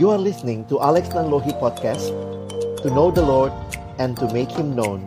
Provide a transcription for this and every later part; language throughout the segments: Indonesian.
You are listening to Alex Nanlohi Podcast, to know the Lord and to make Him known.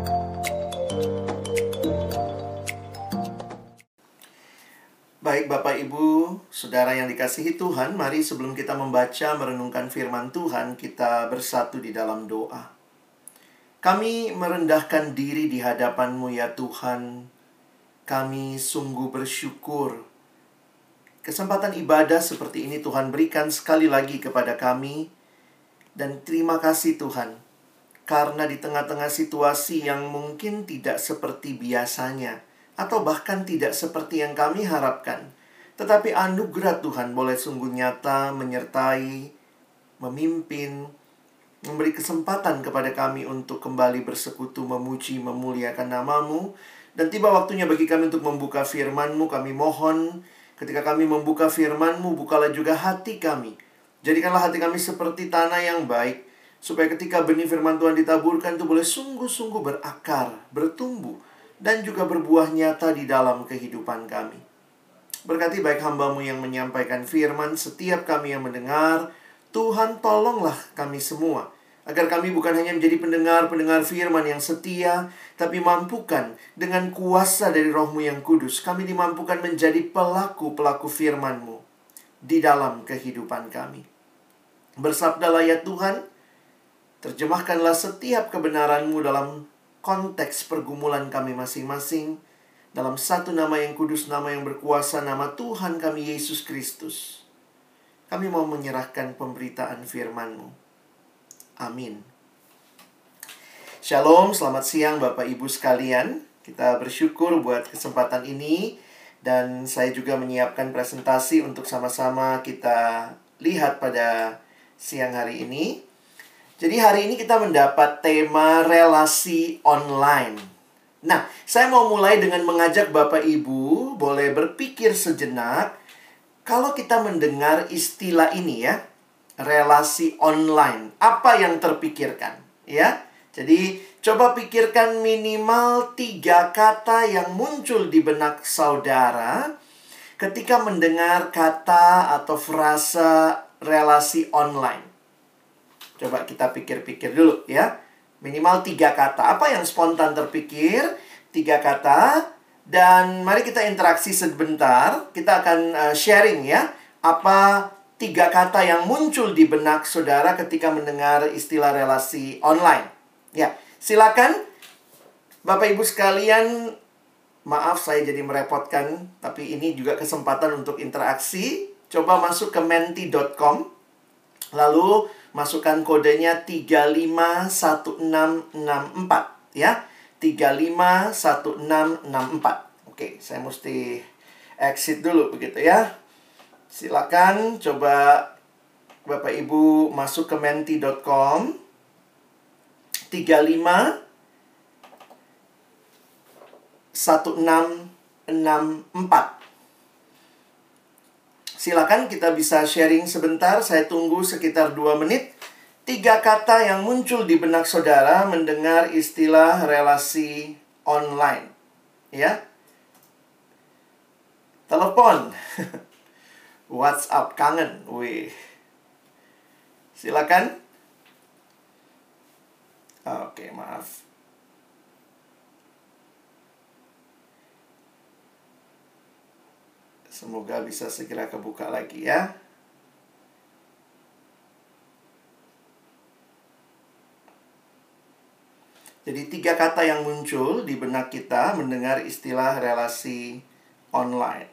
Baik Bapak Ibu, Saudara yang dikasihi Tuhan, mari sebelum kita membaca merenungkan firman Tuhan, kita bersatu di dalam doa. Kami merendahkan diri di hadapan-Mu ya Tuhan. Kami sungguh bersyukur. Kesempatan ibadah seperti ini Tuhan berikan sekali lagi kepada kami. Dan terima kasih Tuhan, karena di tengah-tengah situasi yang mungkin tidak seperti biasanya, atau bahkan tidak seperti yang kami harapkan, tetapi anugerah Tuhan boleh sungguh nyata, menyertai, memimpin, memberi kesempatan kepada kami untuk kembali bersekutu, memuji, memuliakan nama-Mu. Dan tiba waktunya bagi kami untuk membuka firman-Mu. Kami mohon, ketika kami membuka firman-Mu, bukalah juga hati kami. Jadikanlah hati kami seperti tanah yang baik, supaya ketika benih firman Tuhan ditaburkan itu boleh sungguh-sungguh berakar, bertumbuh, dan juga berbuah nyata di dalam kehidupan kami. Berkati baik hamba-Mu yang menyampaikan firman, setiap kami yang mendengar. Tuhan tolonglah kami semua, agar kami bukan hanya menjadi pendengar-pendengar firman yang setia, tapi mampukan dengan kuasa dari Roh-Mu yang kudus, kami dimampukan menjadi pelaku-pelaku firman-Mu di dalam kehidupan kami. Bersabdalah ya Tuhan, terjemahkanlah setiap kebenaran-Mu dalam konteks pergumulan kami masing-masing, dalam satu nama yang kudus, nama yang berkuasa, nama Tuhan kami Yesus Kristus. Kami mau menyerahkan pemberitaan firman-Mu. Amin. Shalom, selamat siang Bapak Ibu sekalian. Kita bersyukur buat kesempatan ini. Dan saya juga menyiapkan presentasi untuk sama-sama kita lihat pada siang hari ini. Jadi hari ini kita mendapat tema relasi online. Nah, saya mau mulai dengan mengajak Bapak Ibu boleh berpikir sejenak. Kalau kita mendengar istilah ini ya, relasi online, apa yang terpikirkan? Ya, jadi coba pikirkan minimal 3 kata yang muncul di benak saudara ketika mendengar kata atau frasa relasi online. Coba kita pikir-pikir dulu ya. Minimal 3 kata. Apa yang spontan terpikir? 3 kata. Dan mari kita interaksi sebentar. Kita akan sharing ya. Apa 3 kata yang muncul di benak saudara ketika mendengar istilah relasi online. Ya, silakan Bapak Ibu sekalian. Maaf saya jadi merepotkan, tapi ini juga kesempatan untuk interaksi. Coba masuk ke menti.com. Lalu masukkan kodenya 351664 ya. 351664. Oke, saya mesti exit dulu begitu ya. Silakan coba Bapak Ibu masuk ke menti.com 351664. Silakan kita bisa sharing sebentar. Saya tunggu sekitar 2 menit. 3 kata yang muncul di benak saudara mendengar istilah relasi online. Ya. Telepon. WhatsApp kangen. Wih. Silakan. Oke, maaf. Semoga bisa segera kebuka lagi ya. Jadi 3 kata yang muncul di benak kita mendengar istilah relasi online.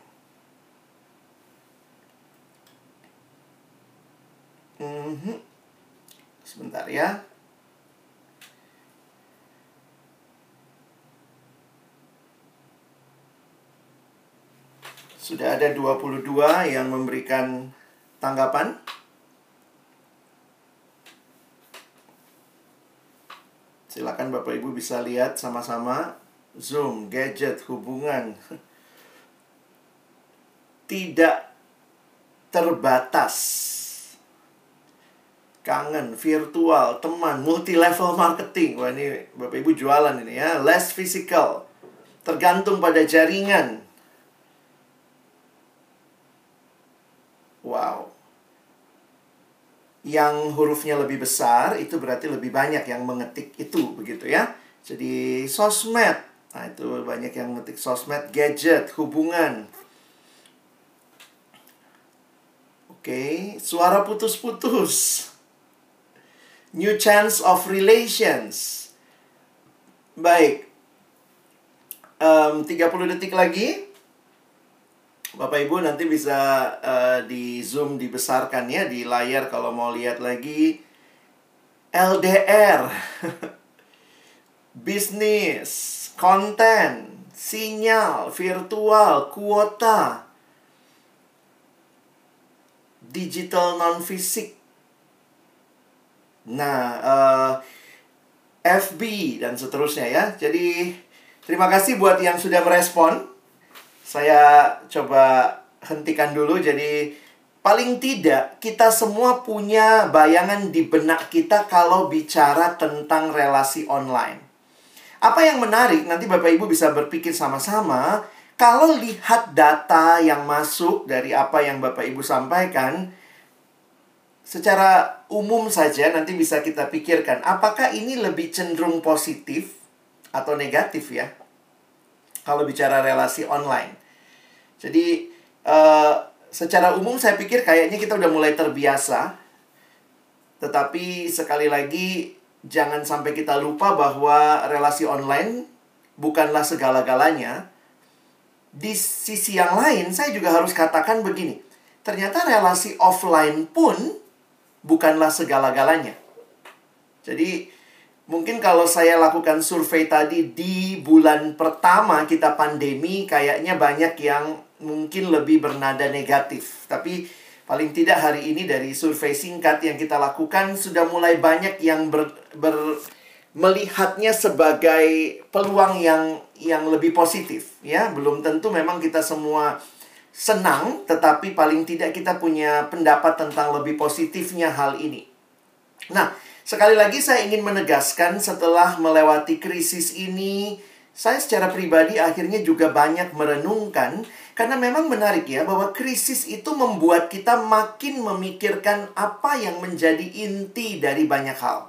Sebentar ya. Sudah ada 22 yang memberikan tanggapan. Silakan Bapak Ibu bisa lihat sama-sama. Zoom, gadget, hubungan. Tidak terbatas. Kangen, virtual, teman, multi-level marketing. Wah, ini Bapak Ibu jualan ini ya. Less physical. Tergantung pada jaringan. Wow. yang hurufnya lebih besar, itu berarti lebih banyak yang mengetik itu, begitu ya. Jadi sosmed, nah itu banyak yang mengetik sosmed, gadget, hubungan. Oke, suara putus-putus. New chance of relations. Baik. 30 detik lagi. Bapak Ibu nanti bisa di zoom dibesarkan ya di layar kalau mau lihat lagi. LDR. Bisnis, konten, sinyal, virtual, kuota, digital non-fisik. Nah, FB dan seterusnya ya. Jadi terima kasih buat yang sudah merespon. Saya coba hentikan dulu. Jadi paling tidak kita semua punya bayangan di benak kita kalau bicara tentang relasi online. Apa yang menarik, nanti Bapak Ibu bisa berpikir sama-sama. Kalau lihat data yang masuk dari apa yang Bapak Ibu sampaikan, secara umum saja nanti bisa kita pikirkan, apakah ini lebih cenderung positif atau negatif ya? Kalau bicara relasi online. Jadi, secara umum saya pikir kayaknya kita udah mulai terbiasa. Tetapi sekali lagi, jangan sampai kita lupa bahwa relasi online bukanlah segala-galanya. Di sisi yang lain, saya juga harus katakan begini. Ternyata relasi offline pun bukanlah segala-galanya. Jadi, mungkin kalau saya lakukan survei tadi di bulan pertama kita pandemi, kayaknya banyak yang mungkin lebih bernada negatif. Tapi paling tidak hari ini dari survei singkat yang kita lakukan, sudah mulai banyak yang melihatnya sebagai peluang yang lebih positif. Ya, belum tentu memang kita semua senang, tetapi paling tidak kita punya pendapat tentang lebih positifnya hal ini. Nah, sekali lagi saya ingin menegaskan setelah melewati krisis ini, saya secara pribadi akhirnya juga banyak merenungkan. Karena memang menarik ya, bahwa krisis itu membuat kita makin memikirkan apa yang menjadi inti dari banyak hal.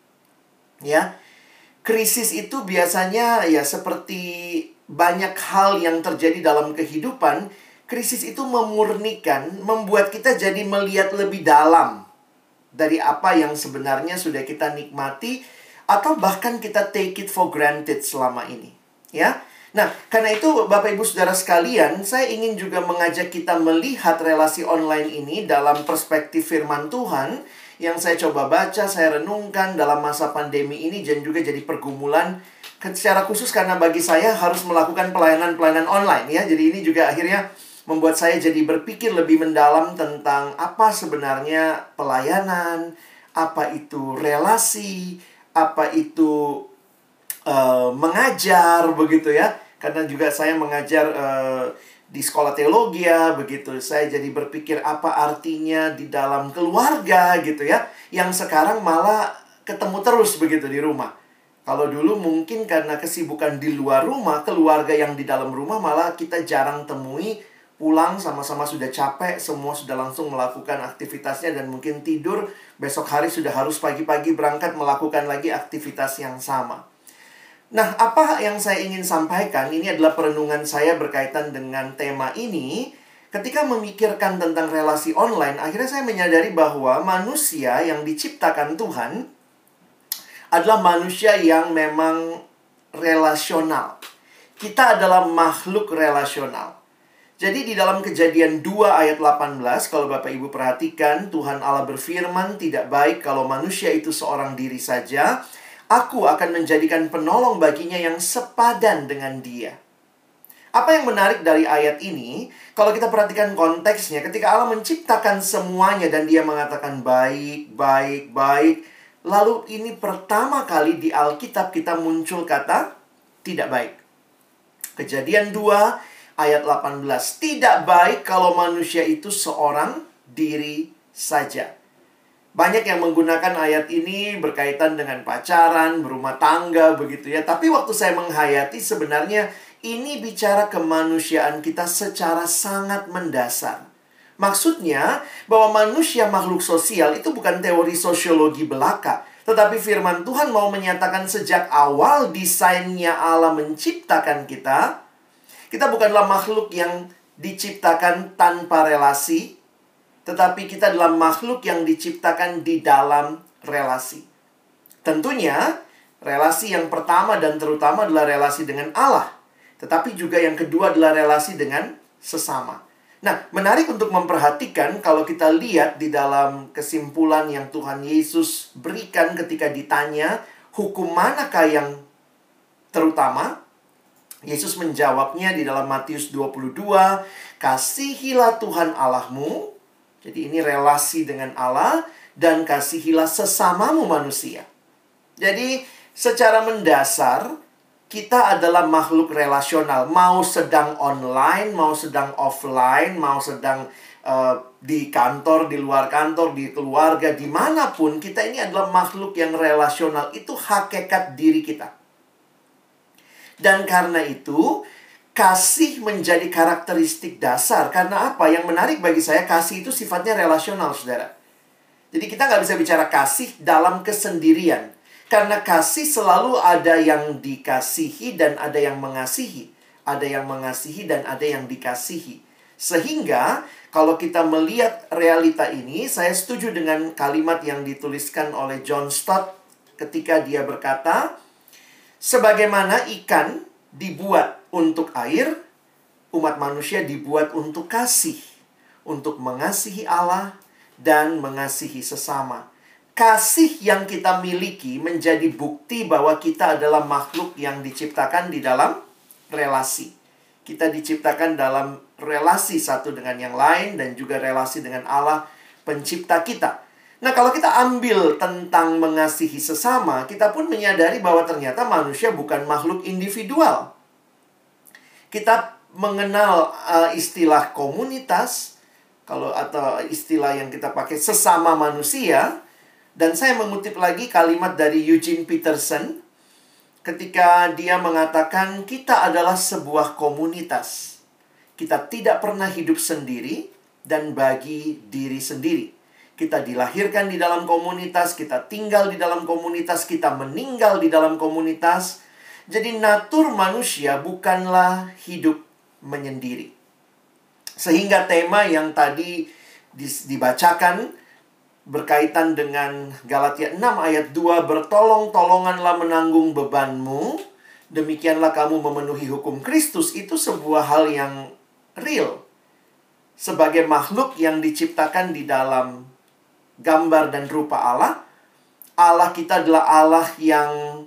Ya, krisis itu biasanya ya seperti banyak hal yang terjadi dalam kehidupan. Krisis itu memurnikan, membuat kita jadi melihat lebih dalam dari apa yang sebenarnya sudah kita nikmati, atau bahkan kita take it for granted selama ini. Ya. Nah, karena itu Bapak Ibu Saudara sekalian, saya ingin juga mengajak kita melihat relasi online ini dalam perspektif firman Tuhan yang saya coba baca, saya renungkan dalam masa pandemi ini, dan juga jadi pergumulan secara khusus karena bagi saya harus melakukan pelayanan-pelayanan online ya. Jadi ini juga akhirnya membuat saya jadi berpikir lebih mendalam tentang apa sebenarnya pelayanan, apa itu relasi, apa itu mengajar, begitu ya. Karena juga saya mengajar di sekolah teologi ya, begitu. Saya jadi berpikir apa artinya di dalam keluarga gitu ya, yang sekarang malah ketemu terus begitu di rumah. Kalau dulu mungkin karena kesibukan di luar rumah, keluarga yang di dalam rumah malah kita jarang temui. Pulang sama-sama sudah capek, semua sudah langsung melakukan aktivitasnya dan mungkin tidur. Besok hari sudah harus pagi-pagi berangkat melakukan lagi aktivitas yang sama. Nah, apa yang saya ingin sampaikan, ini adalah perenungan saya berkaitan dengan tema ini. Ketika memikirkan tentang relasi online, akhirnya saya menyadari bahwa manusia yang diciptakan Tuhan adalah manusia yang memang relasional. Kita adalah makhluk relasional. Jadi di dalam Kejadian 2 ayat 18, kalau Bapak Ibu perhatikan, Tuhan Allah berfirman, tidak baik kalau manusia itu seorang diri saja. Aku akan menjadikan penolong baginya yang sepadan dengan dia. Apa yang menarik dari ayat ini, kalau kita perhatikan konteksnya, ketika Allah menciptakan semuanya dan dia mengatakan baik, baik, baik. Lalu ini pertama kali di Alkitab kita muncul kata tidak baik. Kejadian 2 ayat 18. Tidak baik kalau manusia itu seorang diri saja. Banyak yang menggunakan ayat ini berkaitan dengan pacaran, berumah tangga, begitu ya. Tapi waktu saya menghayati, sebenarnya ini bicara kemanusiaan kita secara sangat mendasar. Maksudnya bahwa manusia makhluk sosial itu bukan teori sosiologi belaka. Tetapi firman Tuhan mau menyatakan sejak awal desainnya Allah menciptakan kita. Kita bukanlah makhluk yang diciptakan tanpa relasi. Tetapi kita adalah makhluk yang diciptakan di dalam relasi. Tentunya relasi yang pertama dan terutama adalah relasi dengan Allah. Tetapi juga yang kedua adalah relasi dengan sesama. Nah, menarik untuk memperhatikan kalau kita lihat di dalam kesimpulan yang Tuhan Yesus berikan ketika ditanya, hukum manakah yang terutama? Yesus menjawabnya di dalam Matius 22, kasihilah Tuhan Allahmu. Jadi ini relasi dengan Allah, dan kasihilah sesamamu manusia. Jadi secara mendasar, kita adalah makhluk relasional. Mau sedang online, mau sedang offline, mau sedang di kantor, di luar kantor, di keluarga, dimanapun, kita ini adalah makhluk yang relasional. Itu hakikat diri kita. Dan karena itu, kasih menjadi karakteristik dasar. Karena apa? Yang menarik bagi saya, kasih itu sifatnya relasional, saudara. Jadi kita nggak bisa bicara kasih dalam kesendirian. Karena kasih selalu ada yang dikasihi dan ada yang mengasihi. Ada yang mengasihi dan ada yang dikasihi. Sehingga kalau kita melihat realita ini, saya setuju dengan kalimat yang dituliskan oleh John Stott ketika dia berkata, sebagaimana ikan dibuat untuk air, umat manusia dibuat untuk kasih. Untuk mengasihi Allah dan mengasihi sesama. Kasih yang kita miliki menjadi bukti bahwa kita adalah makhluk yang diciptakan di dalam relasi. Kita diciptakan dalam relasi satu dengan yang lain dan juga relasi dengan Allah pencipta kita. Nah, kalau kita ambil tentang mengasihi sesama, kita pun menyadari bahwa ternyata manusia bukan makhluk individual. Kita mengenal istilah komunitas, atau istilah yang kita pakai sesama manusia. Dan saya mengutip lagi kalimat dari Eugene Peterson ketika dia mengatakan kita adalah sebuah komunitas. Kita tidak pernah hidup sendiri dan bagi diri sendiri. Kita dilahirkan di dalam komunitas, kita tinggal di dalam komunitas, kita meninggal di dalam komunitas. Jadi natur manusia bukanlah hidup menyendiri. Sehingga tema yang tadi dibacakan berkaitan dengan Galatia 6 ayat 2, bertolong-tolonganlah menanggung bebanmu, demikianlah kamu memenuhi hukum Kristus. Itu sebuah hal yang real. Sebagai makhluk yang diciptakan di dalam gambar dan rupa Allah, Allah kita adalah Allah yang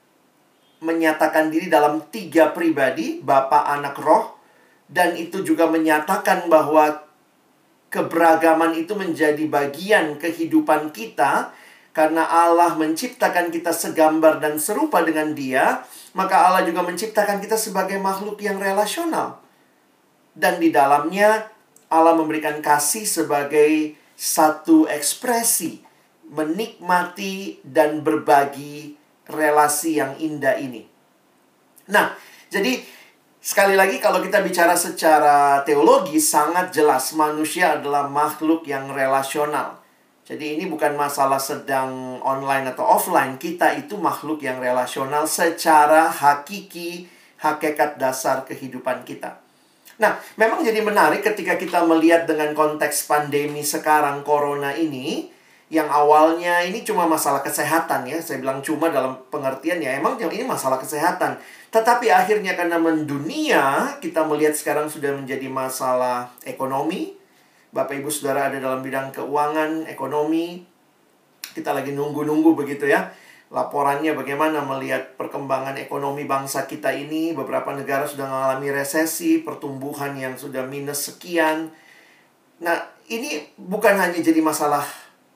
menyatakan diri dalam 3 pribadi, Bapa, Anak, Roh. Dan itu juga menyatakan bahwa keberagaman itu menjadi bagian kehidupan kita. Karena Allah menciptakan kita segambar dan serupa dengan Dia, maka Allah juga menciptakan kita sebagai makhluk yang relasional. Dan di dalamnya Allah memberikan kasih sebagai satu ekspresi menikmati dan berbagi relasi yang indah ini. Nah, jadi sekali lagi kalau kita bicara secara teologi, sangat jelas manusia adalah makhluk yang relasional. Jadi ini bukan masalah sedang online atau offline. Kita itu makhluk yang relasional secara hakiki, hakikat dasar kehidupan kita. Nah, memang jadi menarik ketika kita melihat dengan konteks pandemi sekarang, corona ini, yang awalnya ini cuma masalah kesehatan ya. Saya bilang cuma dalam pengertian ya, emang ini masalah kesehatan. Tetapi akhirnya karena mendunia, kita melihat sekarang sudah menjadi masalah ekonomi. Bapak Ibu Saudara ada dalam bidang keuangan, ekonomi. Kita lagi nunggu-nunggu begitu ya. Laporannya bagaimana melihat perkembangan ekonomi bangsa kita ini. Beberapa negara sudah mengalami resesi, pertumbuhan yang sudah minus sekian. Nah, ini bukan hanya jadi masalah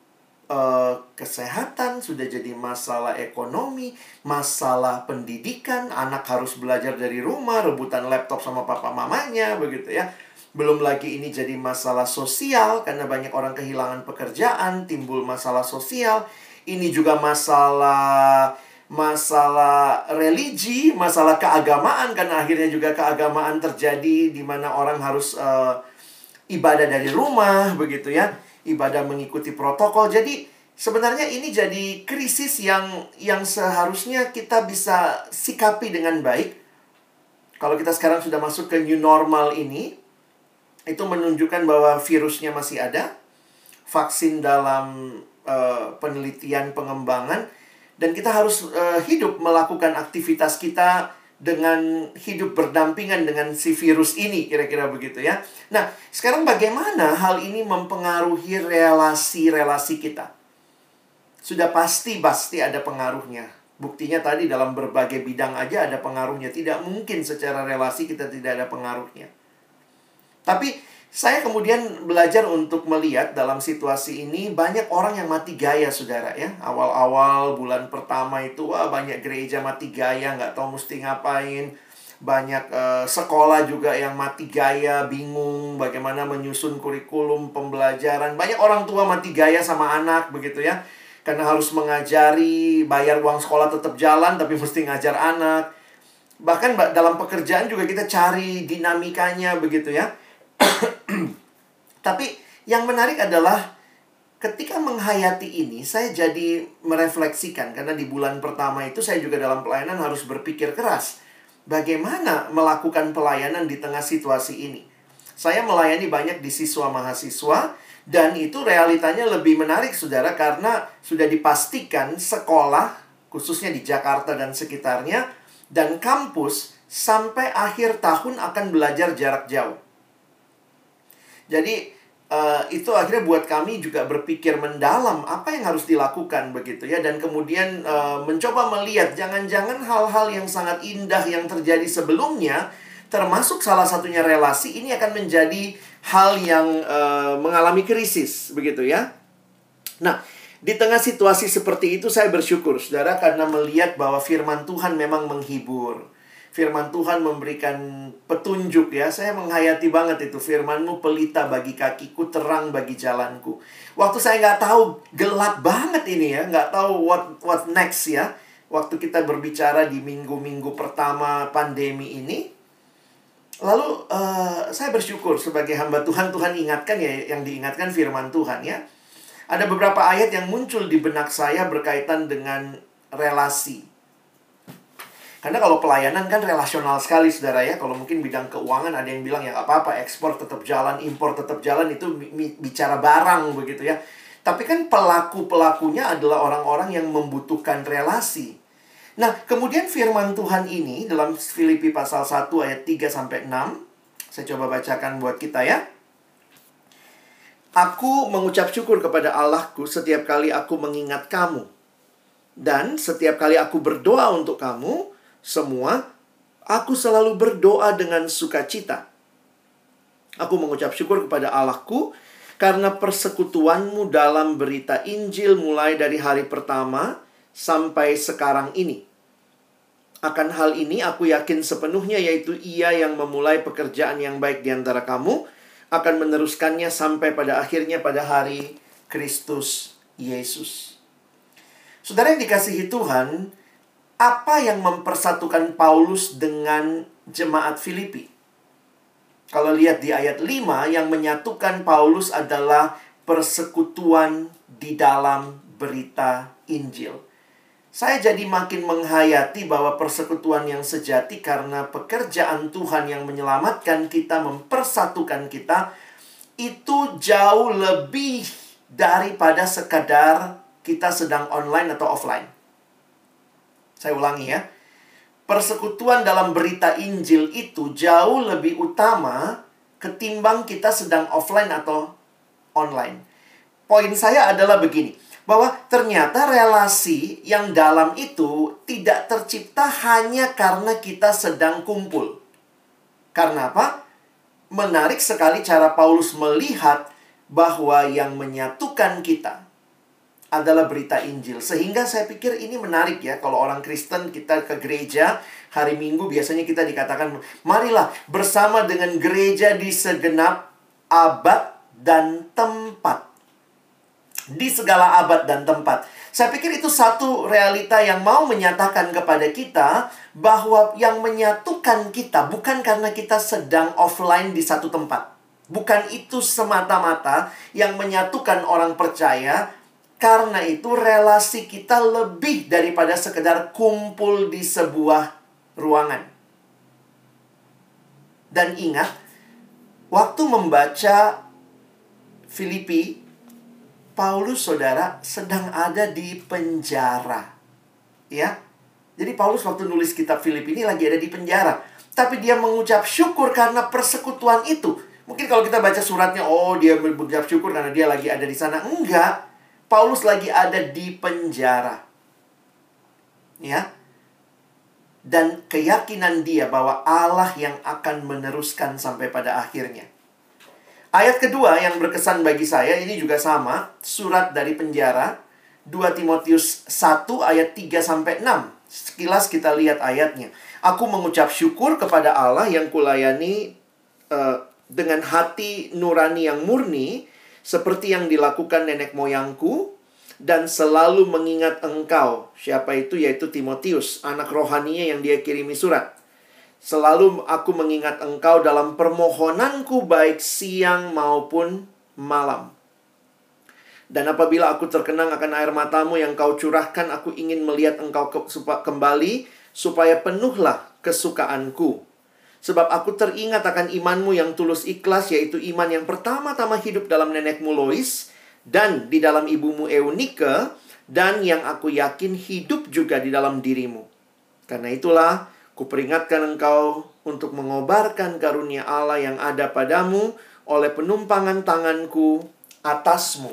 kesehatan, sudah jadi masalah ekonomi, masalah pendidikan, anak harus belajar dari rumah, rebutan laptop sama papa mamanya, begitu ya. Belum lagi ini jadi masalah sosial, karena banyak orang kehilangan pekerjaan, timbul masalah sosial. Ini juga masalah religi, masalah keagamaan, karena akhirnya juga keagamaan terjadi di mana orang harus ibadah dari rumah, begitu ya. Ibadah mengikuti protokol. Jadi sebenarnya ini jadi krisis yang seharusnya kita bisa sikapi dengan baik. Kalau kita sekarang sudah masuk ke new normal ini, itu menunjukkan bahwa virusnya masih ada, vaksin dalam penelitian pengembangan, dan kita harus hidup melakukan aktivitas kita dengan hidup berdampingan dengan si virus ini, kira-kira begitu ya. Nah, sekarang bagaimana hal ini mempengaruhi relasi-relasi kita? Sudah pasti ada pengaruhnya. Buktinya tadi dalam berbagai bidang aja ada pengaruhnya. Tidak mungkin secara relasi kita tidak ada pengaruhnya. Tapi saya kemudian belajar untuk melihat dalam situasi ini banyak orang yang mati gaya, saudara ya. Awal-awal bulan pertama itu banyak gereja mati gaya, nggak tahu mesti ngapain. Banyak sekolah juga yang mati gaya, bingung bagaimana menyusun kurikulum pembelajaran. Banyak orang tua mati gaya sama anak, begitu ya. Karena harus mengajari, bayar uang sekolah tetap jalan, tapi mesti ngajar anak. Bahkan dalam pekerjaan juga kita cari dinamikanya, begitu ya. Tapi yang menarik adalah ketika menghayati ini, saya jadi merefleksikan. Karena di bulan pertama itu saya juga dalam pelayanan harus berpikir keras. Bagaimana melakukan pelayanan di tengah situasi ini? Saya melayani banyak di siswa mahasiswa. Dan itu realitanya lebih menarik, saudara. Karena sudah dipastikan sekolah, khususnya di Jakarta dan sekitarnya, dan kampus, sampai akhir tahun akan belajar jarak jauh. Jadi itu akhirnya buat kami juga berpikir mendalam apa yang harus dilakukan, begitu ya. Dan kemudian mencoba melihat jangan-jangan hal-hal yang sangat indah yang terjadi sebelumnya, termasuk salah satunya relasi, ini akan menjadi hal yang mengalami krisis, begitu ya. Nah, di tengah situasi seperti itu saya bersyukur, saudara, karena melihat bahwa firman Tuhan memang menghibur. Firman Tuhan memberikan petunjuk ya. Saya menghayati banget itu. Firman-Mu pelita bagi kakiku, terang bagi jalanku. Waktu saya nggak tahu, gelap banget ini ya. Nggak tahu what next ya. Waktu kita berbicara di minggu-minggu pertama pandemi ini. Lalu saya bersyukur sebagai hamba Tuhan. Tuhan ingatkan ya, yang diingatkan firman Tuhan ya. Ada beberapa ayat yang muncul di benak saya berkaitan dengan relasi. Karena kalau pelayanan kan relasional sekali, saudara ya. Kalau mungkin bidang keuangan ada yang bilang ya nggak apa-apa, ekspor tetap jalan, impor tetap jalan, itu bicara barang begitu ya. Tapi kan pelaku-pelakunya adalah orang-orang yang membutuhkan relasi. Nah, kemudian firman Tuhan ini dalam Filipi pasal 1 ayat 3-6, saya coba bacakan buat kita ya. Aku mengucap syukur kepada Allahku setiap kali aku mengingat kamu. Dan setiap kali aku berdoa untuk kamu semua, aku selalu berdoa dengan sukacita. Aku mengucap syukur kepada Allahku karena persekutuanmu dalam berita Injil mulai dari hari pertama sampai sekarang ini. Akan hal ini aku yakin sepenuhnya, yaitu Ia yang memulai pekerjaan yang baik di antara kamu akan meneruskannya sampai pada akhirnya pada hari Kristus Yesus. Saudara yang dikasihi Tuhan, apa yang mempersatukan Paulus dengan jemaat Filipi? Kalau lihat di ayat 5, yang menyatukan Paulus adalah persekutuan di dalam berita Injil. Saya jadi makin menghayati bahwa persekutuan yang sejati karena pekerjaan Tuhan yang menyelamatkan kita, mempersatukan kita, itu jauh lebih daripada sekadar kita sedang online atau offline. Saya ulangi ya. Persekutuan dalam berita Injil itu jauh lebih utama ketimbang kita sedang offline atau online. Poin saya adalah begini, bahwa ternyata relasi yang dalam itu tidak tercipta hanya karena kita sedang kumpul. Karena apa? Menarik sekali cara Paulus melihat bahwa yang menyatukan kita adalah berita Injil. Sehingga saya pikir ini menarik ya. Kalau orang Kristen kita ke gereja hari Minggu, biasanya kita dikatakan, marilah bersama dengan gereja di segenap abad dan tempat. Di segala abad dan tempat. Saya pikir itu satu realita yang mau menyatakan kepada kita bahwa yang menyatukan kita bukan karena kita sedang offline di satu tempat. Bukan itu semata-mata yang menyatukan orang percaya. Karena itu relasi kita lebih daripada sekedar kumpul di sebuah ruangan. Dan ingat, waktu membaca Filipi, Paulus, saudara, sedang ada di penjara. Ya, jadi Paulus waktu nulis kitab Filipi ini lagi ada di penjara. Tapi dia mengucap syukur karena persekutuan itu. Mungkin kalau kita baca suratnya, oh dia mengucap syukur karena dia lagi ada di sana. Enggak, Paulus lagi ada di penjara. Ya. Dan keyakinan dia bahwa Allah yang akan meneruskan sampai pada akhirnya. Ayat kedua yang berkesan bagi saya, ini juga sama, surat dari penjara, 2 Timotius 1 ayat 3-6. Sekilas kita lihat ayatnya. Aku mengucap syukur kepada Allah yang kulayani dengan hati nurani yang murni, seperti yang dilakukan nenek moyangku, dan selalu mengingat engkau. Siapa itu? Yaitu Timotius, anak rohaninya yang dia kirimi surat. Selalu aku mengingat engkau dalam permohonanku baik siang maupun malam. Dan apabila aku terkenang akan air matamu yang kau curahkan, aku ingin melihat engkau kembali, supaya penuhlah kesukaanku. Sebab aku teringat akan imanmu yang tulus ikhlas, yaitu iman yang pertama-tama hidup dalam nenekmu Lois, dan di dalam ibumu Eunike, dan yang aku yakin hidup juga di dalam dirimu. Karena itulah, kuperingatkan engkau untuk mengobarkan karunia Allah yang ada padamu oleh penumpangan tanganku atasmu.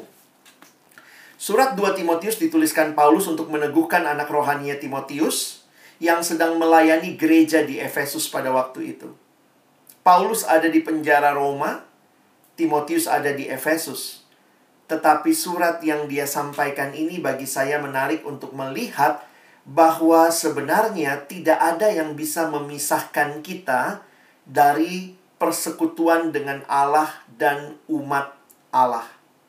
Surat 2 Timotius dituliskan Paulus untuk meneguhkan anak rohaninya Timotius yang sedang melayani gereja di Efesus pada waktu itu. Paulus ada di penjara Roma, Timotius ada di Efesus. Tetapi surat yang dia sampaikan ini bagi saya menarik untuk melihat bahwa sebenarnya tidak ada yang bisa memisahkan kita dari persekutuan dengan Allah dan umat Allah.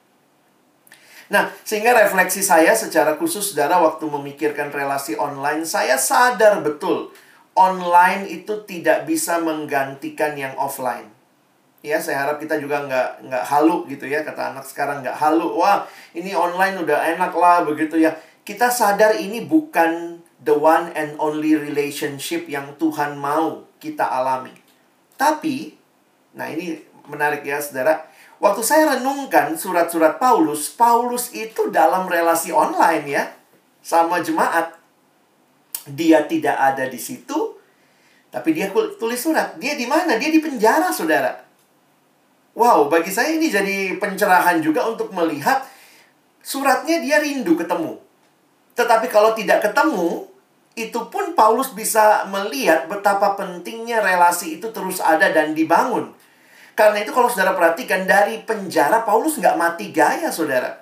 Nah, sehingga refleksi saya secara khusus, saudara, waktu memikirkan relasi online, saya sadar betul online itu tidak bisa menggantikan yang offline. Ya, saya harap kita juga nggak halu gitu ya, kata anak sekarang nggak halu. Wah, ini online udah enak lah begitu ya. Kita sadar ini bukan the one and only relationship yang Tuhan mau kita alami. Tapi, nah ini menarik ya saudara. Waktu saya renungkan surat-surat Paulus, Paulus itu dalam relasi online ya, sama jemaat. Dia tidak ada di situ, tapi dia tulis surat. Dia di mana? Dia di penjara, saudara. Wow, bagi saya ini jadi pencerahan juga untuk melihat suratnya dia rindu ketemu. Tetapi kalau tidak ketemu, itu pun Paulus bisa melihat betapa pentingnya relasi itu terus ada dan dibangun. Karena itu kalau saudara perhatikan, dari penjara Paulus nggak mati gaya, saudara.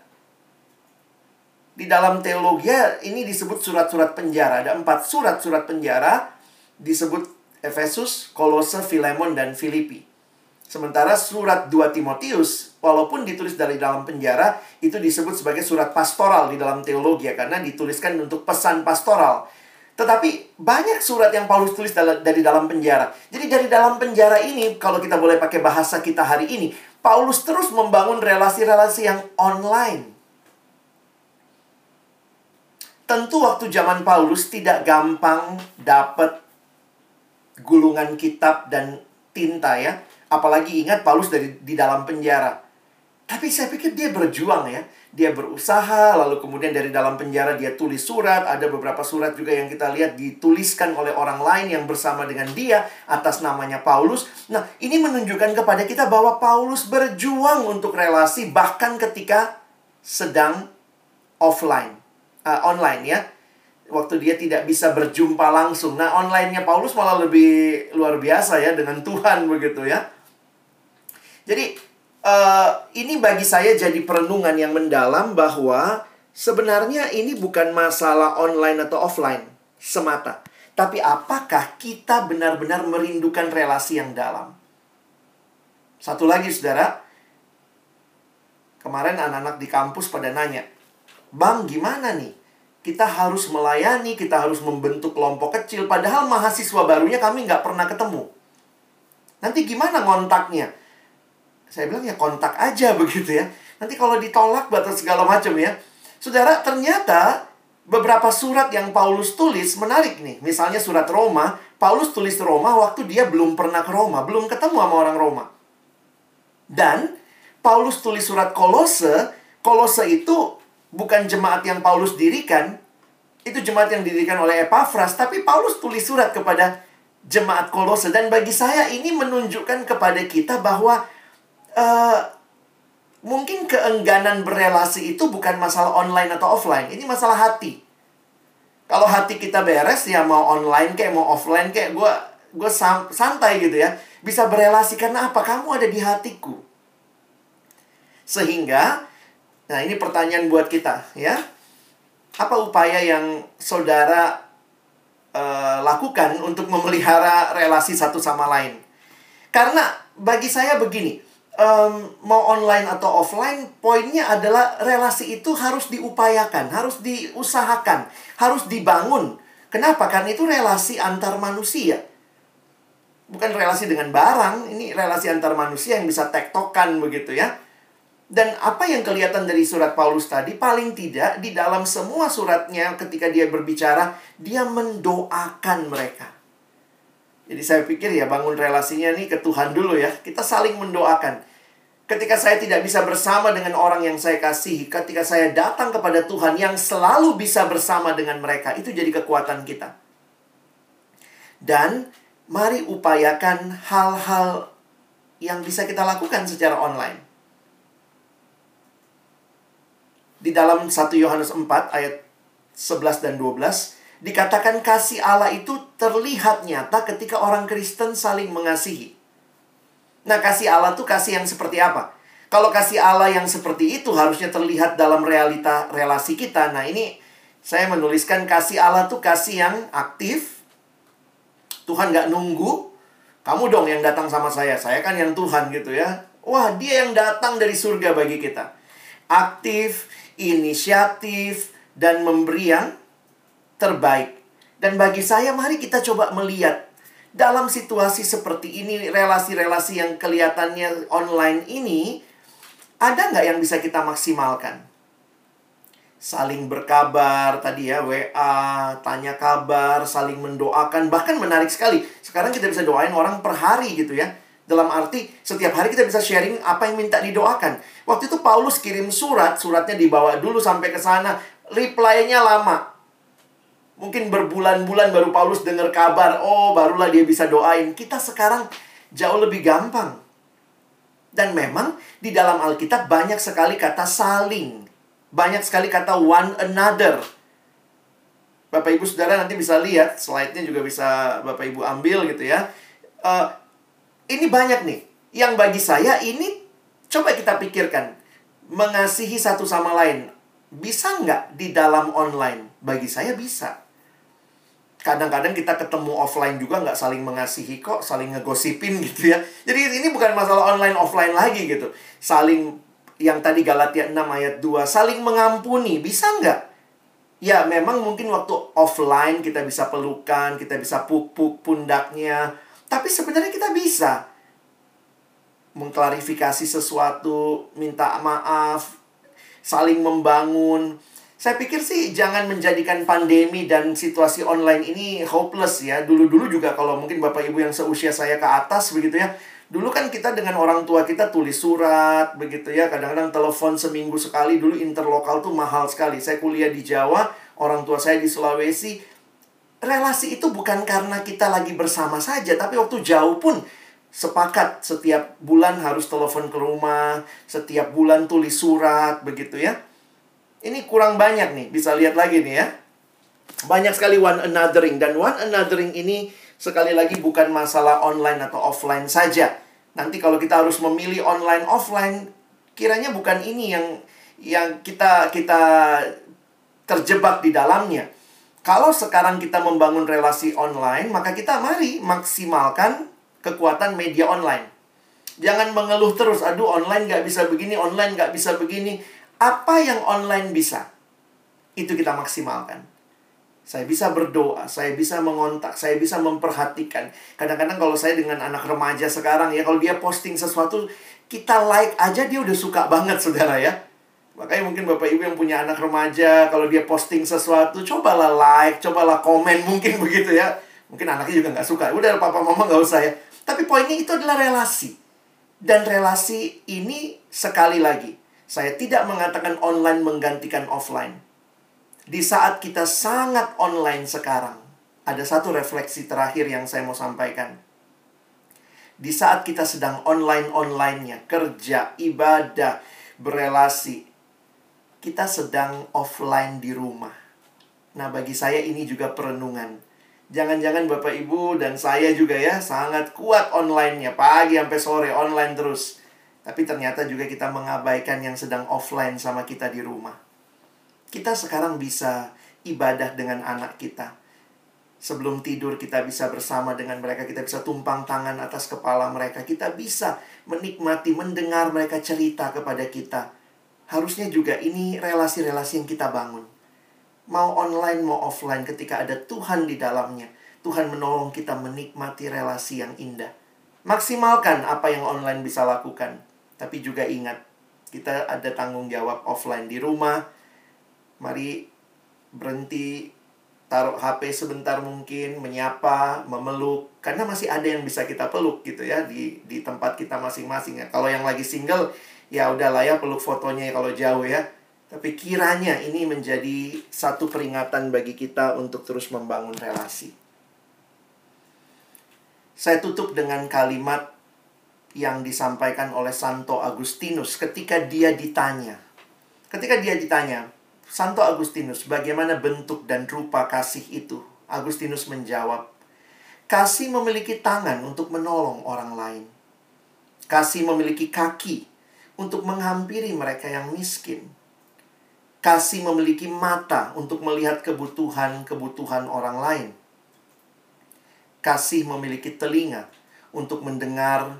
Di dalam teologi ini disebut surat-surat penjara. Ada 4 surat-surat penjara, disebut Efesus, Kolose, Filemon, dan Filipi. Sementara surat 2 Timotius, walaupun ditulis dari dalam penjara, itu disebut sebagai surat pastoral di dalam teologi, karena dituliskan untuk pesan pastoral. Tetapi banyak surat yang Paulus tulis dari dalam penjara. Jadi dari dalam penjara ini, kalau kita boleh pakai bahasa kita hari ini, Paulus terus membangun relasi-relasi yang online. Tentu waktu zaman Paulus tidak gampang dapat gulungan kitab dan tinta ya. Apalagi ingat Paulus di dalam penjara. Tapi saya pikir dia berjuang ya. Dia berusaha, lalu kemudian dari dalam penjara dia tulis surat. Ada beberapa surat juga yang kita lihat dituliskan oleh orang lain yang bersama dengan dia atas namanya Paulus. Nah, ini menunjukkan kepada kita bahwa Paulus berjuang untuk relasi bahkan ketika sedang online ya. Waktu dia tidak bisa berjumpa langsung. Nah, online-nya Paulus malah lebih luar biasa ya, dengan Tuhan begitu ya. Jadi ini bagi saya jadi perenungan yang mendalam bahwa sebenarnya ini bukan masalah online atau offline semata. Tapi apakah kita benar-benar merindukan relasi yang dalam? Satu lagi saudara, kemarin anak-anak di kampus pada nanya, "Bang, gimana nih? Kita harus melayani, kita harus membentuk kelompok kecil, padahal mahasiswa barunya kami nggak pernah ketemu. Nanti gimana ngontaknya?" Saya bilang ya kontak aja begitu ya. Nanti kalau ditolak atau segala macam ya. Saudara, ternyata beberapa surat yang Paulus tulis menarik nih. Misalnya surat Roma, Paulus tulis Roma waktu dia belum pernah ke Roma, belum ketemu sama orang Roma. Dan Paulus tulis surat Kolose. Kolose itu bukan jemaat yang Paulus dirikan. Itu jemaat yang didirikan oleh Epafras. Tapi Paulus tulis surat kepada jemaat Kolose. Dan bagi saya ini menunjukkan kepada kita bahwa mungkin keengganan berelasi itu bukan masalah online atau offline. Ini masalah hati. Kalau hati kita beres, ya mau online kayak mau offline kayak gue santai gitu ya. Bisa berelasi karena apa? Kamu ada di hatiku. Sehingga, nah ini pertanyaan buat kita ya. Apa upaya yang saudara lakukan untuk memelihara relasi satu sama lain? Karena bagi saya begini, mau online atau offline, poinnya adalah relasi itu harus diupayakan, harus diusahakan, harus dibangun. Kenapa? Karena itu relasi antar manusia. Bukan relasi dengan barang, ini relasi antar manusia yang bisa tektokan begitu ya. Dan apa yang kelihatan dari surat Paulus tadi, paling tidak di dalam semua suratnya ketika dia berbicara, dia mendoakan mereka. Jadi saya pikir ya bangun relasinya nih ke Tuhan dulu ya. Kita saling mendoakan. Ketika saya tidak bisa bersama dengan orang yang saya kasihi, ketika saya datang kepada Tuhan yang selalu bisa bersama dengan mereka, itu jadi kekuatan kita. Dan mari upayakan hal-hal yang bisa kita lakukan secara online. Di dalam 1 Yohanes 4 ayat 11 dan 12, dikatakan kasih Allah itu terlihat nyata ketika orang Kristen saling mengasihi. Nah, kasih Allah itu kasih yang seperti apa? Kalau kasih Allah yang seperti itu harusnya terlihat dalam realita relasi kita. Nah, ini saya menuliskan kasih Allah itu kasih yang aktif. Tuhan gak nunggu. Kamu dong yang datang sama saya kan yang Tuhan gitu ya. Wah, dia yang datang dari surga bagi kita. Aktif, inisiatif, dan memberi yang terbaik. Dan bagi saya, mari kita coba melihat dalam situasi seperti ini, relasi-relasi yang kelihatannya online ini, ada nggak yang bisa kita maksimalkan? Saling berkabar, tadi ya, WA, tanya kabar, saling mendoakan. Bahkan menarik sekali, sekarang kita bisa doain orang per hari gitu ya. Dalam arti, setiap hari kita bisa sharing apa yang minta didoakan. Waktu itu Paulus kirim suratnya dibawa dulu sampai ke sana. Reply-nya lama. Mungkin berbulan-bulan baru Paulus dengar kabar. Oh, barulah dia bisa doain. Kita sekarang jauh lebih gampang. Dan memang di dalam Alkitab banyak sekali kata saling. Banyak sekali kata one another. Bapak Ibu Saudara nanti bisa lihat. Slide-nya juga bisa Bapak Ibu ambil gitu ya. Ini banyak nih. Yang bagi saya ini coba kita pikirkan. Mengasihi satu sama lain. Bisa nggak di dalam online? Bagi saya bisa. Kadang-kadang kita ketemu offline juga nggak saling mengasihi kok, saling ngegosipin gitu ya. Jadi ini bukan masalah online offline lagi gitu. Saling, yang tadi Galatia 6 ayat 2, saling mengampuni, bisa nggak? Ya memang mungkin waktu offline kita bisa pelukan, kita bisa puk-puk pundaknya. Tapi sebenarnya kita bisa mengklarifikasi sesuatu, minta maaf, saling membangun. Saya pikir sih jangan menjadikan pandemi dan situasi online ini hopeless ya. Dulu-dulu juga kalau mungkin Bapak Ibu yang seusia saya ke atas begitu ya. Dulu kan kita dengan orang tua kita tulis surat begitu ya. Kadang-kadang telepon seminggu sekali. Dulu interlokal tuh mahal sekali. Saya kuliah di Jawa, orang tua saya di Sulawesi. Relasi itu bukan karena kita lagi bersama saja, tapi waktu jauh pun sepakat setiap bulan harus telepon ke rumah, setiap bulan tulis surat begitu ya. Ini kurang banyak nih, bisa lihat lagi nih ya. Banyak sekali one anothering. Dan one anothering ini sekali lagi bukan masalah online atau offline saja. Nanti kalau kita harus memilih online offline, kiranya bukan ini yang kita terjebak di dalamnya. Kalau sekarang kita membangun relasi online, maka kita mari maksimalkan kekuatan media online. Jangan mengeluh terus, aduh online nggak bisa begini, online nggak bisa begini. Apa yang online bisa, itu kita maksimalkan. Saya bisa berdoa, saya bisa mengontak, saya bisa memperhatikan. Kadang-kadang kalau saya dengan anak remaja sekarang ya, kalau dia posting sesuatu, kita like aja dia udah suka banget, saudara ya. Makanya mungkin Bapak Ibu yang punya anak remaja, kalau dia posting sesuatu, cobalah like, cobalah komen, mungkin begitu ya. Mungkin anaknya juga nggak suka. Udah papa mama nggak usah ya. Tapi poinnya itu adalah relasi. Dan relasi ini sekali lagi, saya tidak mengatakan online menggantikan offline. Di saat kita sangat online sekarang, ada satu refleksi terakhir yang saya mau sampaikan. Di saat kita sedang online-online-nya, kerja, ibadah, berelasi, kita sedang offline di rumah. Nah, bagi saya ini juga perenungan. Jangan-jangan Bapak Ibu dan saya juga ya, sangat kuat online-nya. Pagi sampai sore online terus. Tapi ternyata juga kita mengabaikan yang sedang offline sama kita di rumah. Kita sekarang bisa ibadah dengan anak kita. Sebelum tidur kita bisa bersama dengan mereka. Kita bisa tumpang tangan atas kepala mereka. Kita bisa menikmati, mendengar mereka cerita kepada kita. Harusnya juga ini relasi-relasi yang kita bangun. Mau online, mau offline, ketika ada Tuhan di dalamnya, Tuhan menolong kita menikmati relasi yang indah. Maksimalkan apa yang online bisa lakukan. Tapi juga ingat, kita ada tanggung jawab offline di rumah. Mari berhenti, taruh HP sebentar mungkin, menyapa, memeluk. Karena masih ada yang bisa kita peluk gitu ya, di tempat kita masing-masing ya. Kalau yang lagi single, ya udahlah ya peluk fotonya kalau jauh ya. Tapi kiranya ini menjadi satu peringatan bagi kita untuk terus membangun relasi. Saya tutup dengan kalimat yang disampaikan oleh Santo Agustinus ketika dia ditanya. Santo Agustinus, bagaimana bentuk dan rupa kasih itu? Agustinus menjawab, kasih memiliki tangan untuk menolong orang lain. Kasih memiliki kaki untuk menghampiri mereka yang miskin. Kasih memiliki mata untuk melihat kebutuhan orang lain. Kasih memiliki telinga untuk mendengar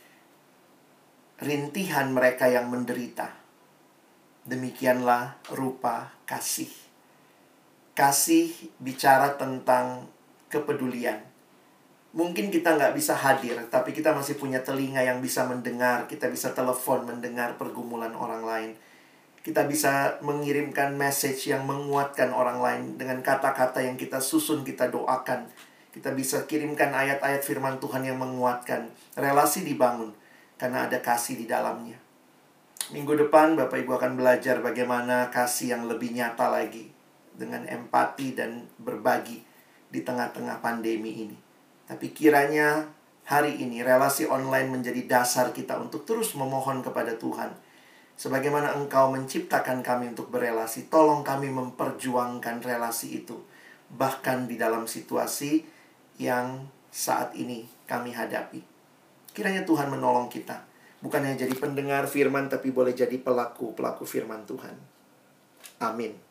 rintihan mereka yang menderita. Demikianlah rupa kasih. Kasih bicara tentang kepedulian. Mungkin kita nggak bisa hadir, tapi kita masih punya telinga yang bisa mendengar. Kita bisa telepon mendengar pergumulan orang lain. Kita bisa mengirimkan message yang menguatkan orang lain dengan kata-kata yang kita susun, kita doakan. Kita bisa kirimkan ayat-ayat firman Tuhan yang menguatkan. Relasi dibangun karena ada kasih di dalamnya. Minggu depan Bapak Ibu akan belajar bagaimana kasih yang lebih nyata lagi, dengan empati dan berbagi di tengah-tengah pandemi ini. Tapi kiranya hari ini relasi online menjadi dasar kita untuk terus memohon kepada Tuhan. Sebagaimana Engkau menciptakan kami untuk berelasi, tolong kami memperjuangkan relasi itu. Bahkan di dalam situasi yang saat ini kami hadapi. Kiranya Tuhan menolong kita. Bukan hanya jadi pendengar firman, tapi boleh jadi pelaku firman Tuhan. Amin.